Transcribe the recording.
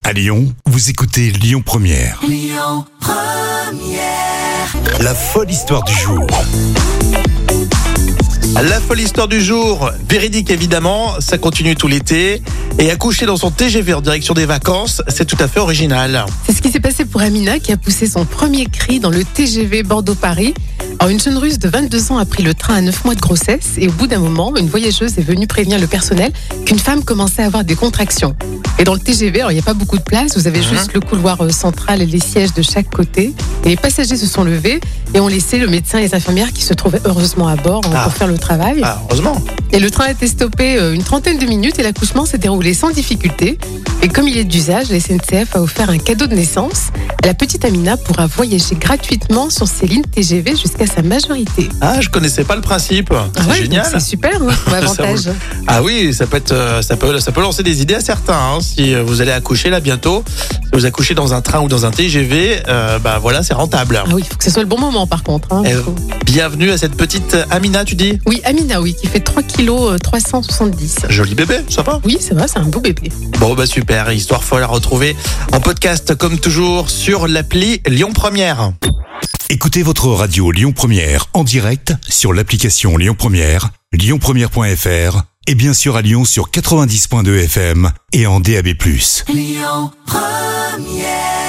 À Lyon, vous écoutez Lyon Première. Lyon Première. La folle histoire du jour. La folle histoire du jour, véridique évidemment, ça continue tout l'été. Et accoucher dans son TGV en direction des vacances, c'est tout à fait original. C'est ce qui s'est passé pour Amina qui a poussé son premier cri dans le TGV Bordeaux-Paris. Alors, une jeune Russe de 22 ans a pris le train à 9 mois de grossesse et au bout d'un moment, une voyageuse est venue prévenir le personnel qu'une femme commençait à avoir des contractions. Et dans le TGV, alors, il n'y a pas beaucoup de place, vous avez juste le couloir central et les sièges de chaque côté. Et les passagers se sont levés et ont laissé le médecin et les infirmières qui se trouvaient heureusement à bord pour faire le travail. Ah, heureusement. Et le train a été stoppé une trentaine de minutes et l'accouchement s'est déroulé sans difficulté. Et comme il est d'usage, la SNCF a offert un cadeau de naissance. La petite Amina pourra voyager gratuitement sur ces lignes TGV jusqu'à sa majorité. Ah, je connaissais pas le principe. C'est Ouais, génial. donc c'est super, hein, comme avantage. Ah oui, ça peut lancer des idées à certains. Hein, si vous allez accoucher là bientôt, si vous accouchez dans un train ou dans un TGV, voilà, c'est rentable. Ah oui, il faut que ce soit le bon moment par contre. Hein, Bienvenue à cette petite Amina, tu dis? Oui, Amina, oui, qui fait 3 kg 370. Joli bébé, sympa. Oui, c'est vrai, c'est un beau bébé. Bon, super, histoire folle à retrouver en podcast comme toujours sur l'appli Lyon Première. Écoutez votre radio Lyon Première en direct sur l'application Lyon Première, lyonpremière.fr et bien sûr à Lyon sur 90.2 FM et en DAB+. Lyon Première.